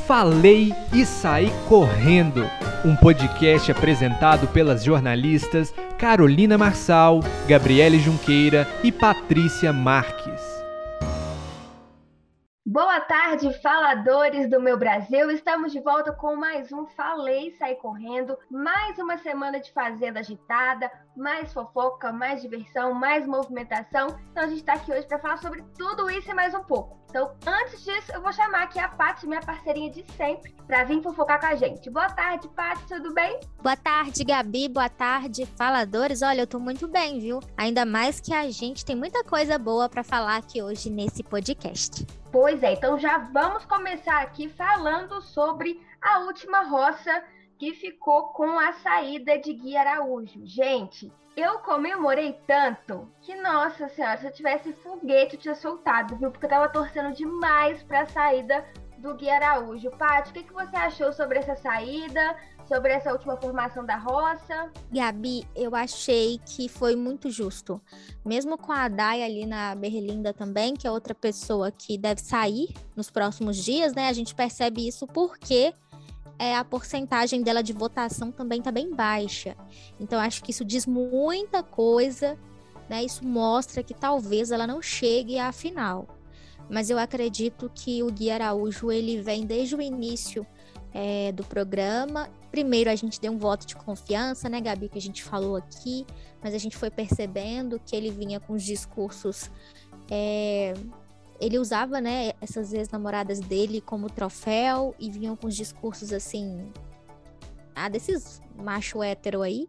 Falei e Saí Correndo, um podcast apresentado pelas jornalistas Carolina Marçal, Gabriele Junqueira e Patrícia Marques. Boa tarde, faladores do meu Brasil! Estamos de volta com mais um Falei e Saí Correndo, mais uma semana de fazenda agitada, mais fofoca, mais diversão, mais movimentação. Então a gente está aqui hoje para falar sobre tudo isso e mais um pouco. Então, antes disso, eu vou chamar aqui a Paty, minha parceirinha de sempre, para vir fofocar com a gente. Boa tarde, Paty, tudo bem? Boa tarde, Gabi. Boa tarde, faladores. Olha, eu tô muito bem, viu? Ainda mais que a gente tem muita coisa boa para falar aqui hoje nesse podcast. Pois é, então já vamos começar aqui falando sobre a última roça que ficou com a saída de Gui Araújo. Gente, eu comemorei tanto que, nossa senhora, se eu tivesse foguete eu tinha soltado, viu? Porque eu tava torcendo demais pra saída do Gui Araújo. Paty, o que você achou sobre essa saída, sobre essa última formação da roça? Gabi, eu achei que foi muito justo. Mesmo com a Day ali na Berlinda também, que é outra pessoa que deve sair nos próximos dias, né? A gente percebe isso porque a porcentagem dela de votação também tá bem baixa. Então, acho que isso diz muita coisa, né? Isso mostra que talvez ela não chegue à final. Mas eu acredito que o Gui Araújo, ele vem desde o início do programa. Primeiro a gente deu um voto de confiança, né, Gabi, que a gente falou aqui, mas a gente foi percebendo que ele vinha com os discursos, ele usava, né, essas ex-namoradas dele como troféu e vinham com os discursos assim, desses macho hétero aí,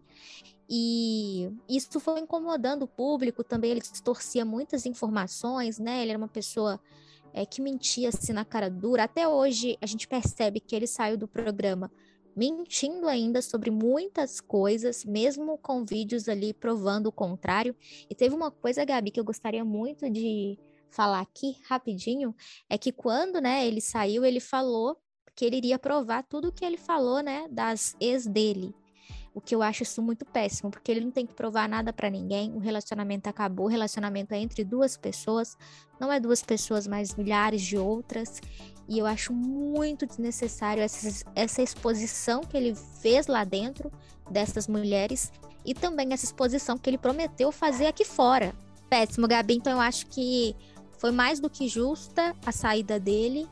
e isso foi incomodando o público também. Ele distorcia muitas informações, né, ele era uma pessoa que mentia assim na cara dura. Até hoje a gente percebe que ele saiu do programa mentindo ainda sobre muitas coisas, mesmo com vídeos ali provando o contrário. E teve uma coisa, Gabi, que eu gostaria muito de falar aqui rapidinho, é que quando, né, ele saiu, ele falou que ele iria provar tudo que ele falou, né, das ex dele. O que eu acho isso muito péssimo, porque ele não tem que provar nada pra ninguém. O relacionamento acabou, o relacionamento é entre duas pessoas, não é duas pessoas, mas milhares de outras. E eu acho muito desnecessário essa exposição que ele fez lá dentro dessas mulheres e também essa exposição que ele prometeu fazer aqui fora. Péssimo, Gabi. Então eu acho que foi mais do que justa a saída dele.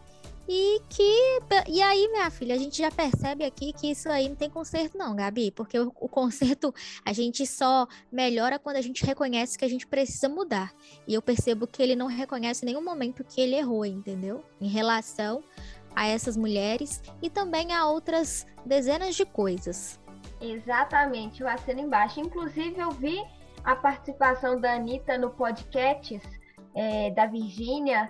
E aí, minha filha, a gente já percebe aqui que isso aí não tem conserto não, Gabi, porque o conserto a gente só melhora quando a gente reconhece que a gente precisa mudar. E eu percebo que ele não reconhece em nenhum momento que ele errou, entendeu? Em relação a essas mulheres e também a outras dezenas de coisas. Exatamente, eu assino embaixo. Inclusive, eu vi a participação da Anitta no podcast da Virgínia.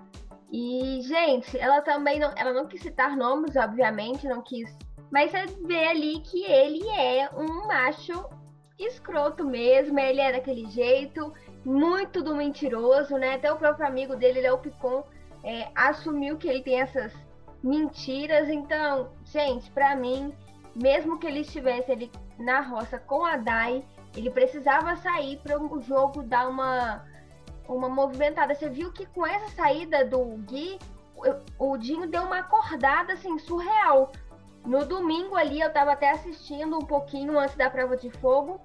E, gente, ela também não quis citar nomes, obviamente, não quis. Mas você vê ali que ele é um macho escroto mesmo, ele é daquele jeito, muito do mentiroso, né? Até o próprio amigo dele, Léo Picon, assumiu que ele tem essas mentiras. Então, gente, pra mim, mesmo que ele estivesse ali na roça com a Day, ele precisava sair para o jogo dar uma movimentada. Você viu que com essa saída do Gui, o Dinho deu uma acordada assim, surreal. No domingo ali, eu tava até assistindo um pouquinho antes da prova de fogo,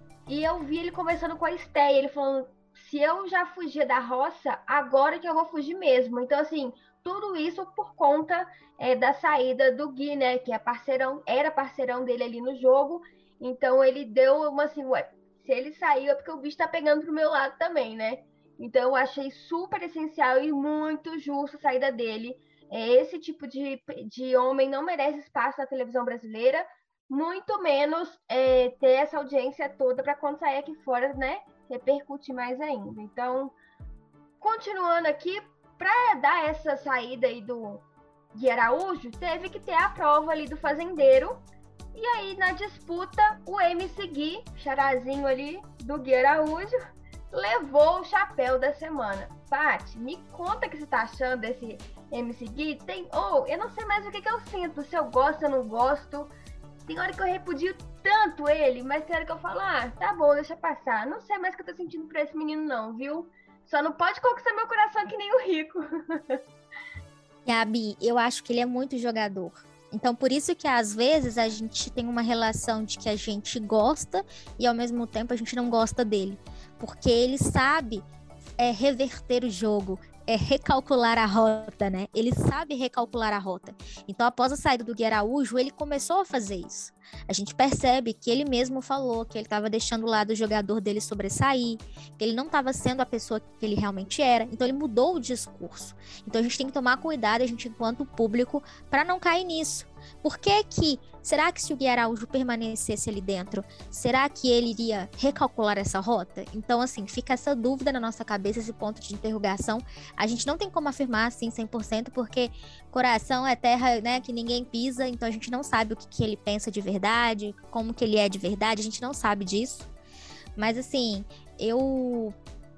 e eu vi ele conversando com a Estéia, ele falando, se eu já fugia da roça, agora que eu vou fugir mesmo. Então, assim, tudo isso por conta da saída do Gui, né, que era parceirão dele ali no jogo. Então, ele deu uma assim, se ele saiu é porque o bicho tá pegando pro meu lado também, né? Então, eu achei super essencial e muito justo a saída dele. Esse tipo de homem não merece espaço na televisão brasileira, muito menos ter essa audiência toda para quando sair aqui fora, né, repercutir mais ainda. Então, continuando aqui, para dar essa saída aí do Gui Araújo, teve que ter a prova ali do fazendeiro. E aí, na disputa, o MC Gui, charazinho ali do Gui Araújo, levou o chapéu da semana. Paty, me conta o que você tá achando desse MC Gui. Eu não sei mais o que eu sinto, se eu gosto, se eu não gosto. Tem hora que eu repudio tanto ele, mas tem hora que eu falo, tá bom, deixa passar. Não sei mais o que eu tô sentindo pra esse menino não, viu? Só não pode conquistar meu coração que nem o Rico. Gabi, eu acho que ele é muito jogador. Então, por isso que às vezes a gente tem uma relação de que a gente gosta e ao mesmo tempo a gente não gosta dele. Porque ele sabe reverter o jogo, recalcular a rota, né? Ele sabe recalcular a rota. Então, após a saída do Gui Araújo, ele começou a fazer isso. A gente percebe que ele mesmo falou que ele estava deixando o lado do jogador dele sobressair, que ele não estava sendo a pessoa que ele realmente era. Então, ele mudou o discurso. Então, a gente tem que tomar cuidado, a gente, enquanto público, para não cair nisso. Será que se o Gui Araújo permanecesse ali dentro, será que ele iria recalcular essa rota? Então, assim, fica essa dúvida na nossa cabeça, esse ponto de interrogação. A gente não tem como afirmar, assim, 100%, porque coração é terra, né, que ninguém pisa, então a gente não sabe o que ele pensa de verdade, como que ele é de verdade, a gente não sabe disso. Mas, assim, eu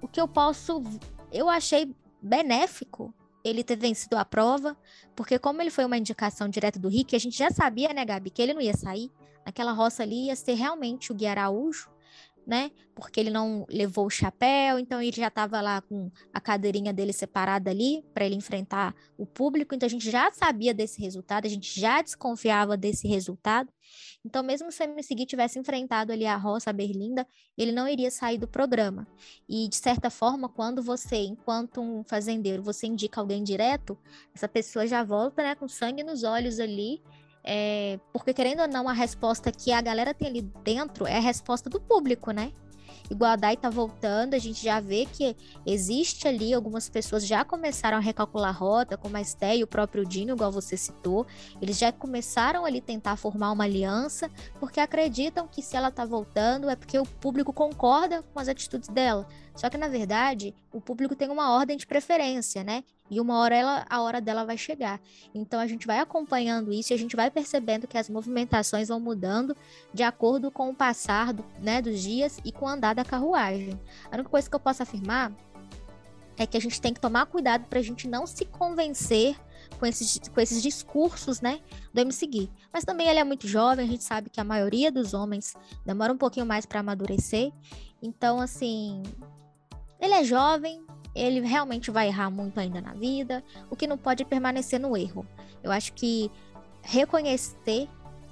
achei benéfico ele ter vencido a prova, porque como ele foi uma indicação direta do Rick, a gente já sabia, né, Gabi, que ele não ia sair. Naquela roça ali ia ser realmente o Gui Araújo, né, porque ele não levou o chapéu, então ele já estava lá com a cadeirinha dele separada ali, para ele enfrentar o público, então a gente já sabia desse resultado, a gente já desconfiava desse resultado. Então, mesmo se o MC Gui tivesse enfrentado ali a roça, a Berlinda, ele não iria sair do programa. E, de certa forma, quando você, enquanto um fazendeiro, você indica alguém direto, essa pessoa já volta, né, com sangue nos olhos ali, porque, querendo ou não, a resposta que a galera tem ali dentro é a resposta do público, né? Igual a Dai tá voltando, a gente já vê que existe ali, algumas pessoas já começaram a recalcular a rota, como a Esté e o próprio Dinho, igual você citou. Eles já começaram ali tentar formar uma aliança, porque acreditam que se ela tá voltando é porque o público concorda com as atitudes dela. Só que, na verdade, o público tem uma ordem de preferência, né? E uma hora a hora dela vai chegar. Então, a gente vai acompanhando isso e a gente vai percebendo que as movimentações vão mudando de acordo com o passar dos dias e com o andar da carruagem. A única coisa que eu posso afirmar é que a gente tem que tomar cuidado para a gente não se convencer com esses discursos, né, do MC Gui. Mas também ele é muito jovem, a gente sabe que a maioria dos homens demora um pouquinho mais para amadurecer. Então, assim, ele é jovem, ele realmente vai errar muito ainda na vida, o que não pode é permanecer no erro. Eu acho que reconhecer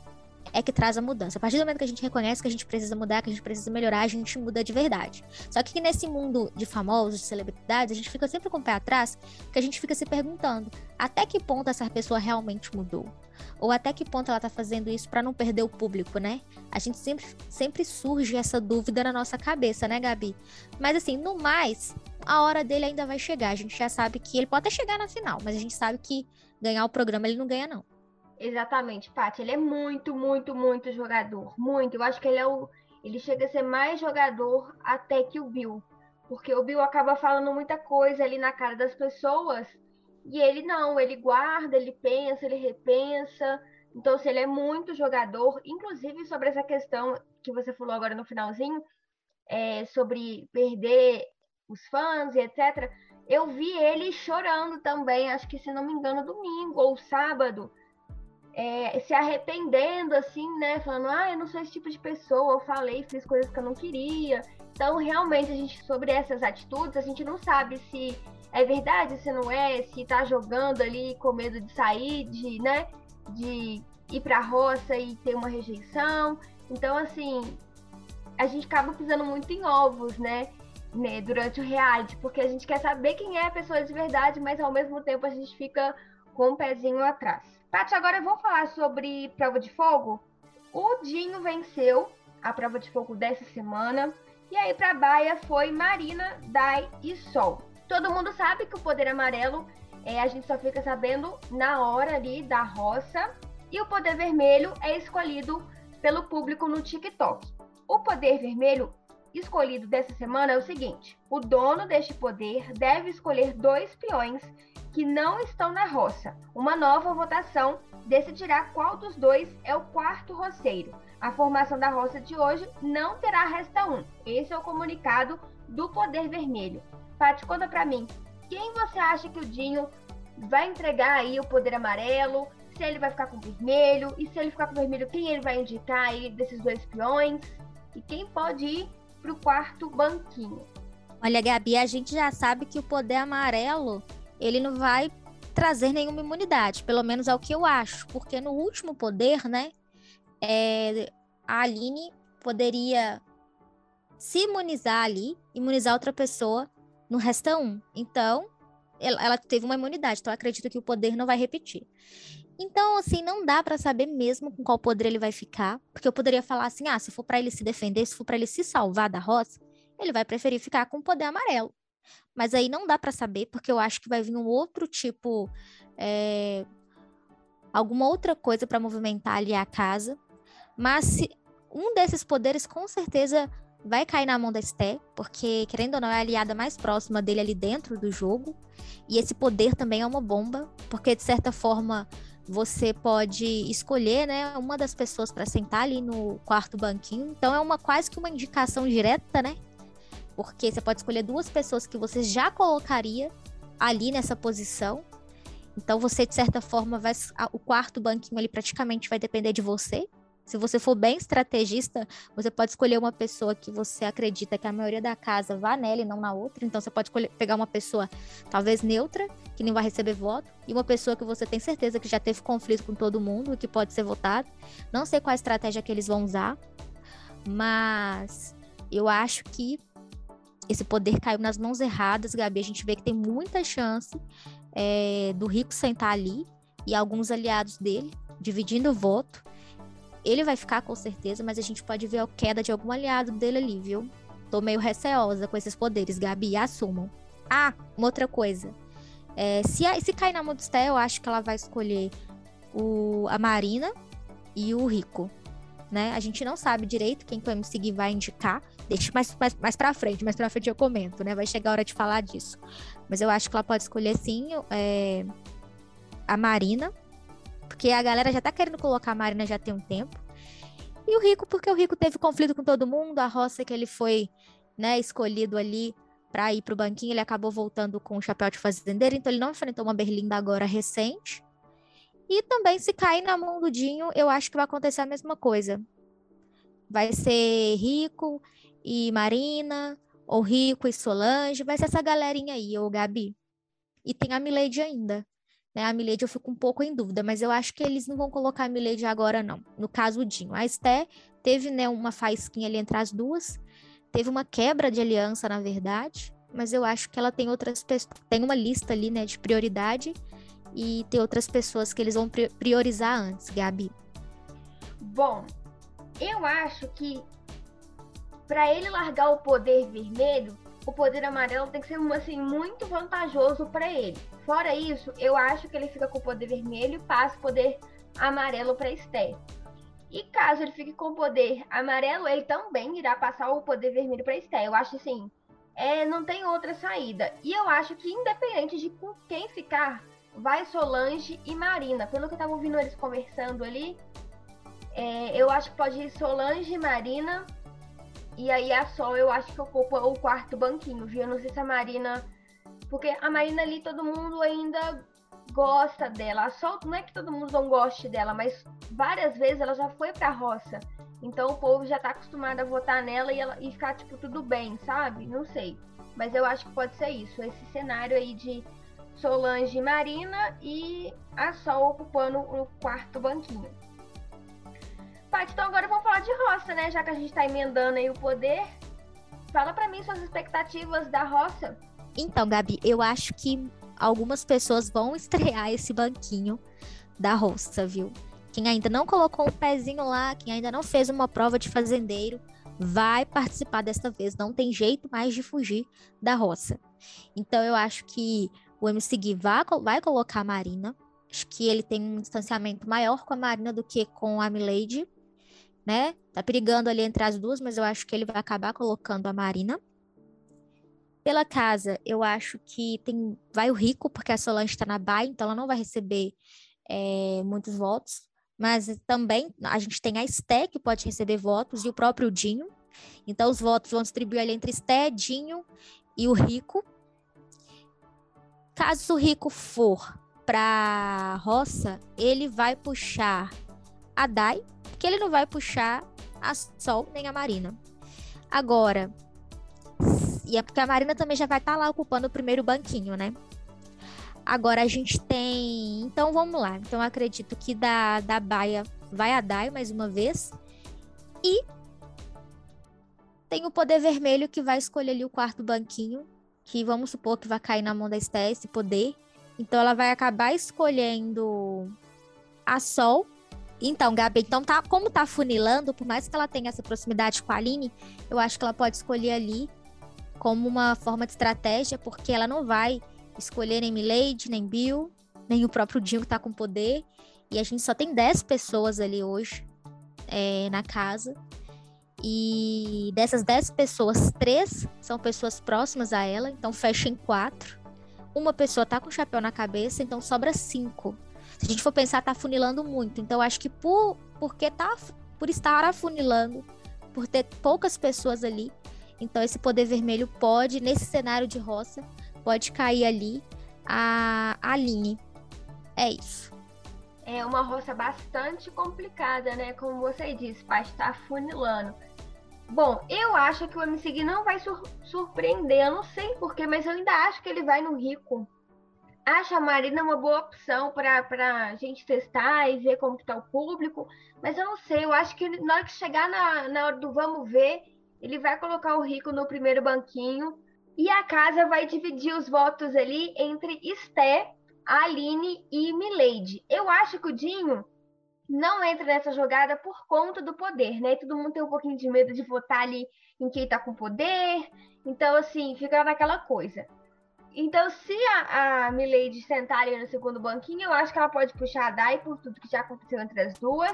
é que traz a mudança. A partir do momento que a gente reconhece que a gente precisa mudar, que a gente precisa melhorar, a gente muda de verdade. Só que nesse mundo de famosos, de celebridades, a gente fica sempre com o pé atrás, porque a gente fica se perguntando até que ponto essa pessoa realmente mudou? Ou até que ponto ela tá fazendo isso para não perder o público, né? A gente sempre surge essa dúvida na nossa cabeça, né, Gabi? Mas assim, no mais, a hora dele ainda vai chegar. A gente já sabe que ele pode até chegar na final, mas a gente sabe que ganhar o programa ele não ganha, não. Exatamente, Paty. Ele é muito, muito, muito jogador. Muito. Eu acho que ele chega a ser mais jogador até que o Bill. Porque o Bill acaba falando muita coisa ali na cara das pessoas. E ele não, ele guarda, ele pensa, ele repensa. Então, se ele é muito jogador, inclusive sobre essa questão que você falou agora no finalzinho, sobre perder os fãs e etc. Eu vi ele chorando também, acho que se não me engano, domingo ou sábado. Se arrependendo, assim, né? Falando, eu não sou esse tipo de pessoa, eu falei, fiz coisas que eu não queria. Então, realmente, sobre essas atitudes, a gente não sabe se é verdade, se não é, se tá jogando ali com medo de sair, de ir pra roça e ter uma rejeição. Então, assim, a gente acaba pisando muito em ovos, né? Durante o reality, porque a gente quer saber quem é a pessoa de verdade, mas ao mesmo tempo a gente fica com um pezinho atrás. Paty, agora eu vou falar sobre prova de fogo. O Dinho venceu a prova de fogo dessa semana. E aí pra baia foi Marina, Dai e Sol. Todo mundo sabe que o poder amarelo a gente só fica sabendo na hora ali da roça. E o poder vermelho é escolhido pelo público no TikTok. O poder vermelho escolhido dessa semana é o seguinte: o dono deste poder deve escolher 2 peões que não estão na roça. Uma nova votação decidirá qual dos 2 é o 4º roceiro. A formação da roça de hoje não terá resta 1. Esse é o comunicado do poder vermelho. Paty, conta pra mim, quem você acha que o Dinho vai entregar aí o poder amarelo? Se ele vai ficar com o vermelho? E se ele ficar com o vermelho, quem ele vai indicar aí desses 2 peões? E quem pode ir pro 4º banquinho? Olha, Gabi, a gente já sabe que o poder amarelo, ele não vai trazer nenhuma imunidade, pelo menos é o que eu acho, porque no último poder, né, a Aline poderia se imunizar ali, imunizar outra pessoa no Resta 1. Então, ela teve uma imunidade, então eu acredito que o poder não vai repetir. Então, assim, não dá pra saber mesmo com qual poder ele vai ficar, porque eu poderia falar assim, se for pra ele se defender, se for pra ele se salvar da roça, ele vai preferir ficar com o poder amarelo. Mas aí não dá pra saber, porque eu acho que vai vir um outro tipo, alguma outra coisa pra movimentar ali a casa. Mas um desses poderes com certeza vai cair na mão da Esté, porque, querendo ou não, é a aliada mais próxima dele ali dentro do jogo. E esse poder também é uma bomba, porque, de certa forma, você pode escolher, né, uma das pessoas para sentar ali no quarto banquinho. Então, é quase que uma indicação direta, né? Porque você pode escolher 2 pessoas que você já colocaria ali nessa posição. Então, você, de certa forma, o quarto banquinho ali praticamente vai depender de você. Se você for bem estrategista, você pode escolher uma pessoa que você acredita que a maioria da casa vá nela e não na outra. Então, você pode pegar uma pessoa talvez neutra, que não vai receber voto, e uma pessoa que você tem certeza que já teve conflito com todo mundo e que pode ser votada. Não sei qual a estratégia que eles vão usar, mas eu acho que esse poder caiu nas mãos erradas, Gabi. A gente vê que tem muita chance do Rico sentar ali e alguns aliados dele dividindo o voto. Ele vai ficar com certeza, mas a gente pode ver a queda de algum aliado dele ali, viu? Tô meio receosa com esses poderes, Gabi, assumam. Uma outra coisa. Se cair na mão do Esté, eu acho que ela vai escolher a Marina e o Rico, né? A gente não sabe direito quem que o MC Gui vai indicar. Deixa mais pra frente, eu comento, né? Vai chegar a hora de falar disso. Mas eu acho que ela pode escolher, sim, a Marina, porque a galera já tá querendo colocar a Marina já tem um tempo. E o Rico, porque o Rico teve conflito com todo mundo, a roça que ele foi, né, escolhido ali pra ir pro banquinho, ele acabou voltando com o chapéu de fazendeiro, então ele não enfrentou uma Berlinda agora recente. E também, se cair na mão do Dinho, eu acho que vai acontecer a mesma coisa. Vai ser Rico e Marina, ou Rico e Solange, vai ser essa galerinha aí, ô Gabi. E tem a Milady ainda. Né, a Milady eu fico um pouco em dúvida, mas eu acho que eles não vão colocar a Milady agora, não. No caso, o Dinho. A Esté teve, né, uma faísquinha ali entre as duas. Teve uma quebra de aliança, na verdade. Mas eu acho que ela tem outras pessoas. Tem uma lista ali, né, de prioridade. E tem outras pessoas que eles vão priorizar antes, Gabi. Bom, eu acho que para ele largar o poder vermelho, o poder amarelo tem que ser, assim, muito vantajoso para ele. Fora isso, eu acho que ele fica com o poder vermelho e passa o poder amarelo para Esté. E caso ele fique com o poder amarelo, ele também irá passar o poder vermelho para Esté. Eu acho assim, não tem outra saída. E eu acho que independente de com quem ficar, vai Solange e Marina. Pelo que eu tava ouvindo eles conversando ali, eu acho que pode ir Solange e Marina. E aí a Sol eu acho que ocupa o quarto banquinho, viu? Eu não sei se a Marina... Porque a Marina ali todo mundo ainda gosta dela. A Sol não é que todo mundo não goste dela, mas várias vezes ela já foi pra roça. Então o povo já tá acostumado a votar nela e ficar, tipo, tudo bem, sabe? Não sei. Mas eu acho que pode ser isso. Esse cenário aí de Solange e Marina e a Sol ocupando o quarto banquinho. Paty, então agora vamos falar de roça, né? Já que a gente tá emendando aí o poder. Fala pra mim suas expectativas da roça. Então, Gabi, eu acho que algumas pessoas vão estrear esse banquinho da roça, viu? Quem ainda não colocou um pezinho lá, quem ainda não fez uma prova de fazendeiro, vai participar desta vez. Não tem jeito mais de fugir da roça. Então, eu acho que o MC Gui vai colocar a Marina. Acho que ele tem um distanciamento maior com a Marina do que com a Milady, né? Tá perigando ali entre as duas, mas eu acho que ele vai acabar colocando a Marina. Pela casa, eu acho que vai o Rico, porque a Solange tá na baia, então ela não vai receber muitos votos. Mas também a gente tem a Esté, que pode receber votos, e o próprio Dinho. Então os votos vão distribuir ali entre Esté, Dinho e o Rico. Caso o Rico for pra roça, ele vai puxar a Dai, porque ele não vai puxar a Sol nem a Marina. Agora, e é porque a Marina também já vai estar lá ocupando o primeiro banquinho, né? Agora a gente tem... Então vamos lá. Então eu acredito que da Baia vai a Dai mais uma vez. E tem o poder vermelho que vai escolher ali o quarto banquinho, que vamos supor que vai cair na mão da Esté esse poder. Então ela vai acabar escolhendo a Sol. Então, Gabi, então como tá funilando, por mais que ela tenha essa proximidade com a Aline, eu acho que ela pode escolher ali como uma forma de estratégia, porque ela não vai escolher nem Milady, nem Bill, nem o próprio Dinho que tá com poder. E a gente só tem 10 pessoas ali hoje na casa. E dessas 10 pessoas, 3 são pessoas próximas a ela, então fecha em 4. Uma pessoa tá com o chapéu na cabeça, então sobra 5. Se a gente for pensar, tá afunilando muito. Então, eu acho que por estar afunilando, por ter poucas pessoas ali, então esse poder vermelho pode, nesse cenário de roça, pode cair ali a Aline. É isso. É uma roça bastante complicada, né? Como você disse, para estar afunilando. Bom, eu acho que o MC Gui não vai surpreender. Eu não sei porquê, mas eu ainda acho que ele vai no Rico. Acho a Marina uma boa opção pra gente testar e ver como que tá o público. Mas eu não sei, eu acho que na hora que chegar na hora do vamos ver, ele vai colocar o Rico no primeiro banquinho. E a casa vai dividir os votos ali entre Esté, Aline e Milady. Eu acho que o Dinho não entra nessa jogada por conta do poder, né? Todo mundo tem um pouquinho de medo de votar ali em quem tá com poder. Então, assim, fica naquela coisa. Então, se a Milady sentar ali no segundo banquinho, eu acho que ela pode puxar a Dai por tudo que já aconteceu entre as duas.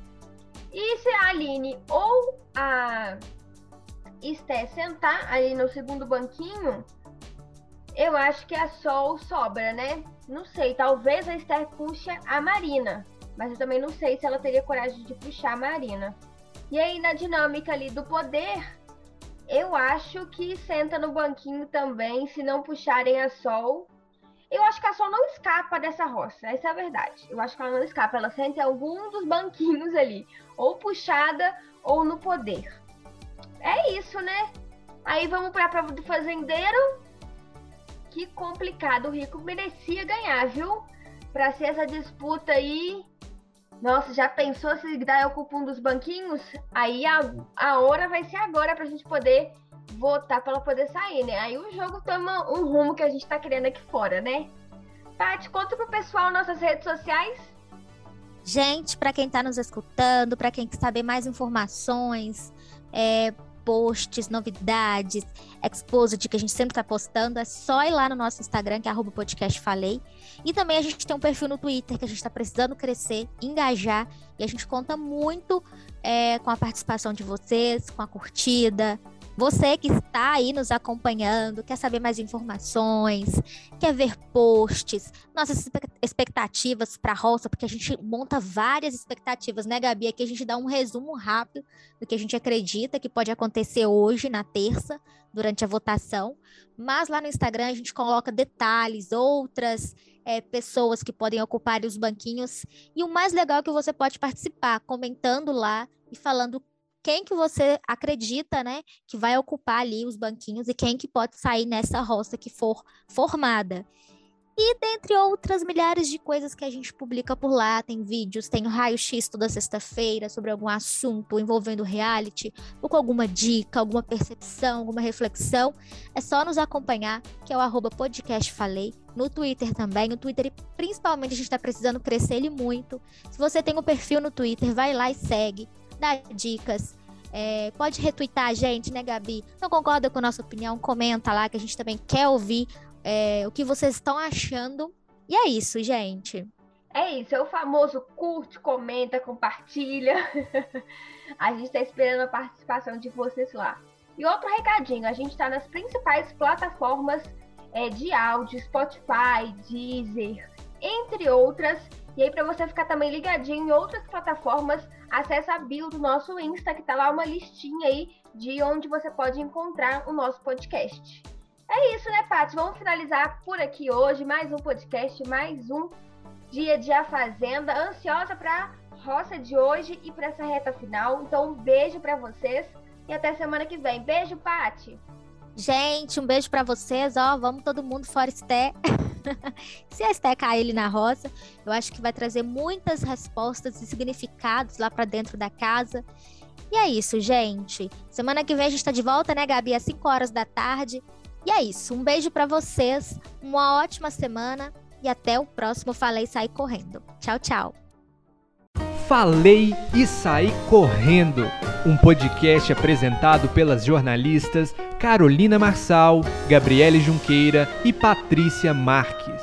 E se a Aline ou a Esté sentar ali no segundo banquinho, eu acho que a Sol sobra, né? Não sei, talvez a Esté puxe a Marina, mas eu também não sei se ela teria coragem de puxar a Marina. E aí, na dinâmica ali do poder, eu acho que senta no banquinho também, se não puxarem a Sol. Eu acho que a Sol não escapa dessa roça, essa é a verdade. Eu acho que ela não escapa, ela senta em algum dos banquinhos ali, ou puxada ou no poder. É isso, né? Aí vamos para a prova do fazendeiro. Que complicado, o Rico merecia ganhar, viu? Para ser essa disputa aí. Nossa, já pensou se Dai ocupa um dos banquinhos? Aí a hora vai ser agora pra gente poder votar pra ela poder sair, né? Aí o jogo toma um rumo que a gente tá querendo aqui fora, né? Paty, conta pro pessoal nossas redes sociais. Gente, para quem tá nos escutando, para quem quer saber mais informações, posts, novidades, exposed que a gente sempre tá postando, é só ir lá no nosso Instagram, que é @podcastfalei. E também a gente tem um perfil no Twitter que a gente tá precisando crescer, engajar, e a gente conta muito com a participação de vocês, com a curtida. Você que está aí nos acompanhando, quer saber mais informações, quer ver posts, nossas expectativas para a roça, porque a gente monta várias expectativas, né, Gabi? Aqui a gente dá um resumo rápido do que a gente acredita que pode acontecer hoje, na terça, durante a votação. Mas lá no Instagram a gente coloca detalhes, outras pessoas que podem ocupar os banquinhos. E o mais legal é que você pode participar, comentando lá e falando quem que você acredita, né, que vai ocupar ali os banquinhos e quem que pode sair nessa roça que for formada. E dentre outras milhares de coisas que a gente publica por lá, tem vídeos, tem o raio-x toda sexta-feira sobre algum assunto envolvendo reality, ou com alguma dica, alguma percepção, alguma reflexão. É só nos acompanhar, que é o @podcastfalei, no Twitter também. No Twitter, principalmente, a gente está precisando crescer ele muito. Se você tem um perfil no Twitter, vai lá e segue, dá dicas. Pode retweetar a gente, né, Gabi? Não concorda com a nossa opinião? Comenta lá, que a gente também quer ouvir o que vocês estão achando. E é isso, gente. É isso, é o famoso curte, comenta, compartilha. A gente está esperando a participação de vocês lá. E outro recadinho, a gente está nas principais plataformas de áudio, Spotify, Deezer, entre outras. E aí, para você ficar também ligadinho em outras plataformas, acessa a bio do nosso Insta, que tá lá uma listinha aí de onde você pode encontrar o nosso podcast. É isso, né, Paty? Vamos finalizar por aqui hoje. Mais um podcast, mais um dia de A Fazenda. Ansiosa para a roça de hoje e para essa reta final. Então, um beijo para vocês e até semana que vem. Beijo, Paty! Gente, um beijo para vocês. Vamos todo mundo fora Esté. Se estecar ele na roça, eu acho que vai trazer muitas respostas e significados lá para dentro da casa. E é isso, gente. Semana que vem a gente tá de volta, né, Gabi? Às 5 horas da tarde. E é isso. Um beijo para vocês. Uma ótima semana. E até o próximo Falei e Saí Correndo. Tchau, tchau. Falei e Saí Correndo, um podcast apresentado pelas jornalistas Carolina Marçal, Gabriele Junqueira e Patrícia Marques.